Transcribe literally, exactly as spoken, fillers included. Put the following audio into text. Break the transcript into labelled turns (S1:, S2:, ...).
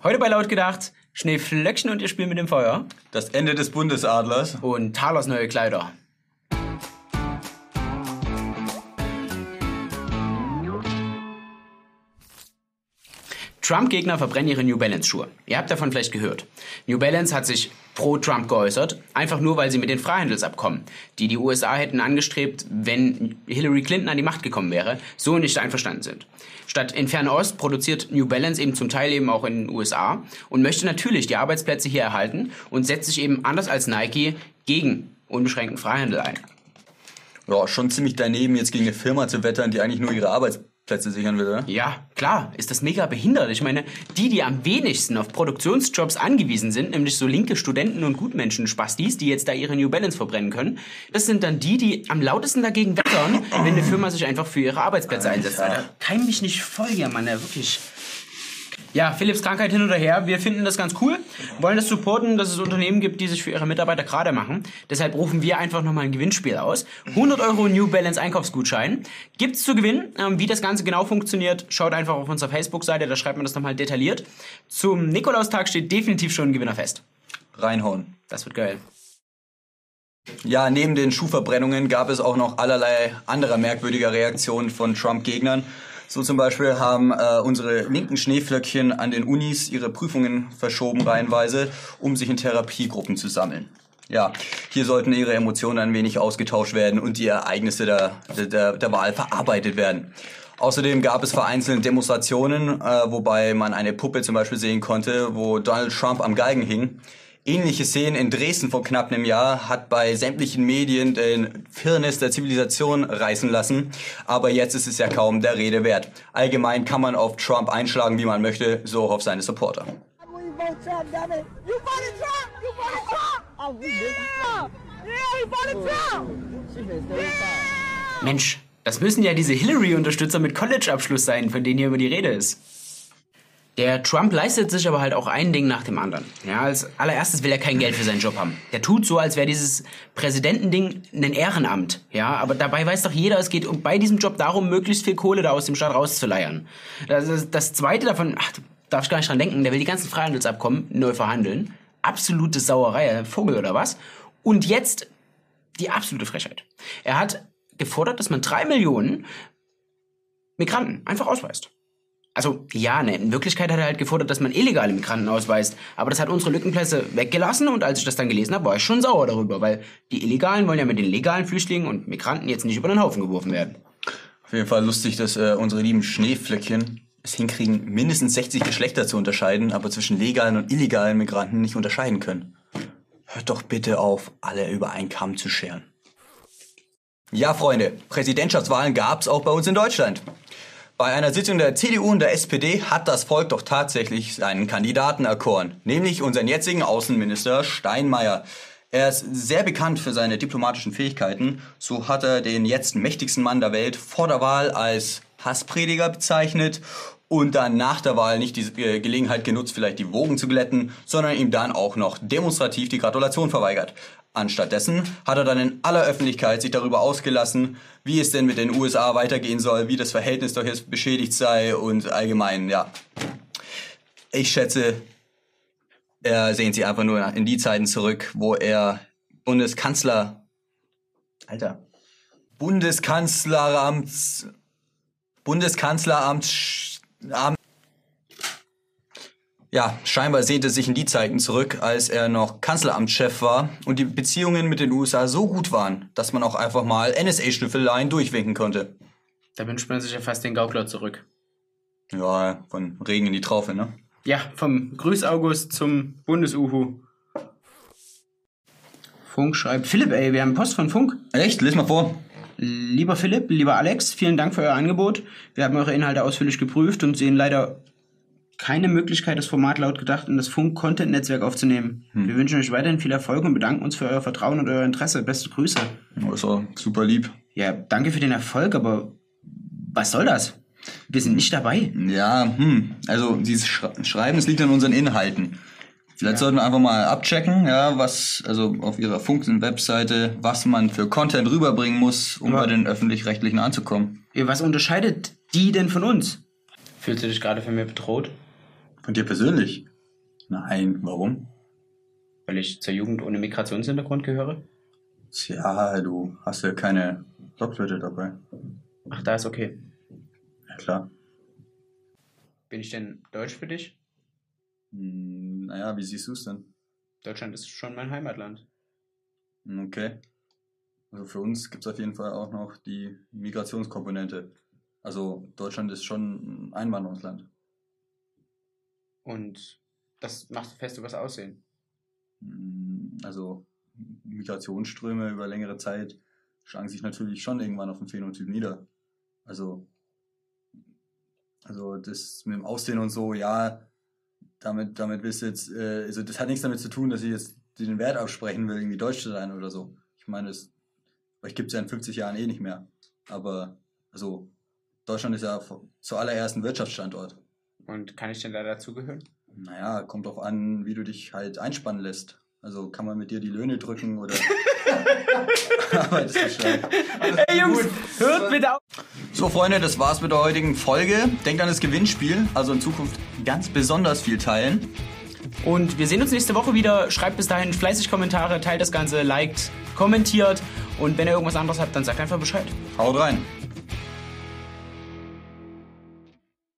S1: Heute bei Laut gedacht, Schneeflöckchen und ihr Spiel mit dem Feuer.
S2: Das Ende des Bundesadlers.
S1: Und Talos neue Kleider. Trump-Gegner verbrennen ihre New Balance-Schuhe. Ihr habt davon vielleicht gehört. New Balance hat sich pro Trump geäußert, einfach nur, weil sie mit den Freihandelsabkommen, die die U S A hätten angestrebt, wenn Hillary Clinton an die Macht gekommen wäre, so nicht einverstanden sind. Statt in Fernost produziert New Balance eben zum Teil eben auch in den U S A und möchte natürlich die Arbeitsplätze hier erhalten und setzt sich eben anders als Nike gegen unbeschränkten Freihandel ein.
S2: Ja, schon ziemlich daneben, jetzt gegen eine Firma zu wettern, die eigentlich nur ihre Arbeitsplätze sichern will, oder?
S1: Ja, klar, ist das mega behindert. Ich meine, die, die am wenigsten auf Produktionsjobs angewiesen sind, nämlich so linke Studenten und Gutmenschen-Spastis, die jetzt da ihre New Balance verbrennen können, das sind dann die, die am lautesten dagegen wettern, wenn eine Firma sich einfach für ihre Arbeitsplätze einsetzt. Alter, keim mich nicht voll hier, Mann, ja, wirklich. Ja, Philipps Krankheit hin oder her, wir finden das ganz cool, wollen das supporten, dass es Unternehmen gibt, die sich für ihre Mitarbeiter gerade machen. Deshalb rufen wir einfach nochmal ein Gewinnspiel aus. hundert Euro New Balance Einkaufsgutschein gibt's zu gewinnen. Ähm, wie das Ganze genau funktioniert, schaut einfach auf unserer Facebook-Seite, da schreibt man das nochmal detailliert. Zum Nikolaustag steht definitiv schon ein Gewinner fest.
S2: Reinhauen.
S1: Das wird geil.
S2: Ja, neben den Schuhverbrennungen gab es auch noch allerlei anderer merkwürdiger Reaktionen von Trump-Gegnern. So zum Beispiel haben äh, unsere linken Schneeflöckchen an den Unis ihre Prüfungen verschoben reihenweise, um sich in Therapiegruppen zu sammeln. Ja, hier sollten ihre Emotionen ein wenig ausgetauscht werden und die Ereignisse der, der, der Wahl verarbeitet werden. Außerdem gab es vereinzelt Demonstrationen, äh, wobei man eine Puppe zum Beispiel sehen konnte, wo Donald Trump am Galgen hing. Ähnliche Szenen in Dresden vor knapp einem Jahr hat bei sämtlichen Medien den Firnis der Zivilisation reißen lassen. Aber jetzt ist es ja kaum der Rede wert. Allgemein kann man auf Trump einschlagen, wie man möchte, so auch auf seine Supporter.
S1: Mensch, das müssen ja diese Hillary-Unterstützer mit College-Abschluss sein, von denen hier immer die Rede ist. Der Trump leistet sich aber halt auch ein Ding nach dem anderen. Ja, als allererstes will er kein Geld für seinen Job haben. Der tut so, als wäre dieses Präsidentending ein Ehrenamt. Ja, aber dabei weiß doch jeder, es geht bei diesem Job darum, möglichst viel Kohle da aus dem Staat rauszuleiern. Das, das, das Zweite davon, ach, du darfst gar nicht dran denken, der will die ganzen Freihandelsabkommen neu verhandeln. Absolute Sauerei, Vogel oder was. Und jetzt die absolute Frechheit. Er hat gefordert, dass man drei Millionen Migranten einfach ausweist. Also, ja, ne, in Wirklichkeit hat er halt gefordert, dass man illegale Migranten ausweist. Aber das hat unsere Lückenplätze weggelassen und als ich das dann gelesen habe, war ich schon sauer darüber, weil die Illegalen wollen ja mit den legalen Flüchtlingen und Migranten jetzt nicht über den Haufen geworfen werden.
S2: Auf jeden Fall lustig, dass äh, unsere lieben Schneeflöckchen es hinkriegen, mindestens sechzig Geschlechter zu unterscheiden, aber zwischen legalen und illegalen Migranten nicht unterscheiden können. Hört doch bitte auf, alle über einen Kamm zu scheren. Ja, Freunde, Präsidentschaftswahlen gab's auch bei uns in Deutschland. Bei einer Sitzung der C D U und der S P D hat das Volk doch tatsächlich seinen Kandidaten erkoren, nämlich unseren jetzigen Außenminister Steinmeier. Er ist sehr bekannt für seine diplomatischen Fähigkeiten. So hat er den jetzt mächtigsten Mann der Welt vor der Wahl als Hassprediger bezeichnet und dann nach der Wahl nicht die Gelegenheit genutzt, vielleicht die Wogen zu glätten, sondern ihm dann auch noch demonstrativ die Gratulation verweigert. Anstattdessen hat er dann in aller Öffentlichkeit sich darüber ausgelassen, wie es denn mit den U S A weitergehen soll, wie das Verhältnis doch jetzt beschädigt sei und allgemein, ja. Ich schätze, er sehnt sich einfach nur in die Zeiten zurück, wo er Bundeskanzler, Alter, Bundeskanzleramts, Bundeskanzleramts, Amt, ja, scheinbar sehnt er sich in die Zeiten zurück, als er noch Kanzleramtschef war und die Beziehungen mit den U S A so gut waren, dass man auch einfach mal N S A-Schnüffeleien durchwinken konnte.
S1: Da wünscht man sich ja fast den Gaukler zurück.
S2: Ja, von Regen in die Traufe, ne?
S1: Ja, vom Grüß-August zum Bundes-Uhu. Funk schreibt, Philipp, ey, wir haben Post von Funk.
S2: Echt? Lies mal vor.
S1: Lieber Philipp, lieber Alex, vielen Dank für euer Angebot. Wir haben eure Inhalte ausführlich geprüft und sehen leider keine Möglichkeit, das Format laut gedacht in das Funk-Content-Netzwerk aufzunehmen. Hm. Wir wünschen euch weiterhin viel Erfolg und bedanken uns für euer Vertrauen und euer Interesse. Beste Grüße.
S2: Das ist auch super lieb.
S1: Ja, danke für den Erfolg, aber was soll das? Wir sind nicht dabei.
S2: Ja, hm. Also dieses Sch- Schreiben, es liegt an unseren Inhalten. Vielleicht ja. sollten wir einfach mal abchecken, ja, was, also auf ihrer Funk-Webseite, was man für Content rüberbringen muss, um aber bei den Öffentlich-Rechtlichen anzukommen.
S1: Ja, was unterscheidet die denn von uns? Fühlst du dich gerade von mir bedroht?
S2: Von dir persönlich? Nein, warum?
S1: Weil ich zur Jugend ohne Migrationshintergrund gehöre?
S2: Tja, du hast ja keine Blockflöte dabei.
S1: Ach, da ist okay.
S2: Ja, klar.
S1: Bin ich denn deutsch für dich?
S2: Hm, naja, wie siehst du es denn?
S1: Deutschland ist schon mein Heimatland.
S2: Okay. Also für uns gibt es auf jeden Fall auch noch die Migrationskomponente. Also Deutschland ist schon ein Einwanderungsland.
S1: Und das macht fest übers Aussehen.
S2: Also Migrationsströme über längere Zeit schlagen sich natürlich schon irgendwann auf dem Phänotyp nieder. Also, also das mit dem Aussehen und so, ja, damit, damit willst du jetzt, äh, also das hat nichts damit zu tun, dass ich jetzt den Wert absprechen will, irgendwie Deutsch zu sein oder so. Ich meine, das vielleicht gibt es ja in fünfzig Jahren eh nicht mehr. Aber, also, Deutschland ist ja zuallererst ein Wirtschaftsstandort.
S1: Und kann ich denn da dazugehören?
S2: Naja, kommt drauf an, wie du dich halt einspannen lässt. Also kann man mit dir die Löhne drücken oder arbeitest du schon?
S1: Hey Jungs, hört bitte auf!
S2: So Freunde, das war's mit der heutigen Folge. Denkt an das Gewinnspiel, also in Zukunft ganz besonders viel teilen.
S1: Und wir sehen uns nächste Woche wieder. Schreibt bis dahin fleißig Kommentare, teilt das Ganze, liked, kommentiert. Und wenn ihr irgendwas anderes habt, dann sagt einfach Bescheid.
S2: Haut rein!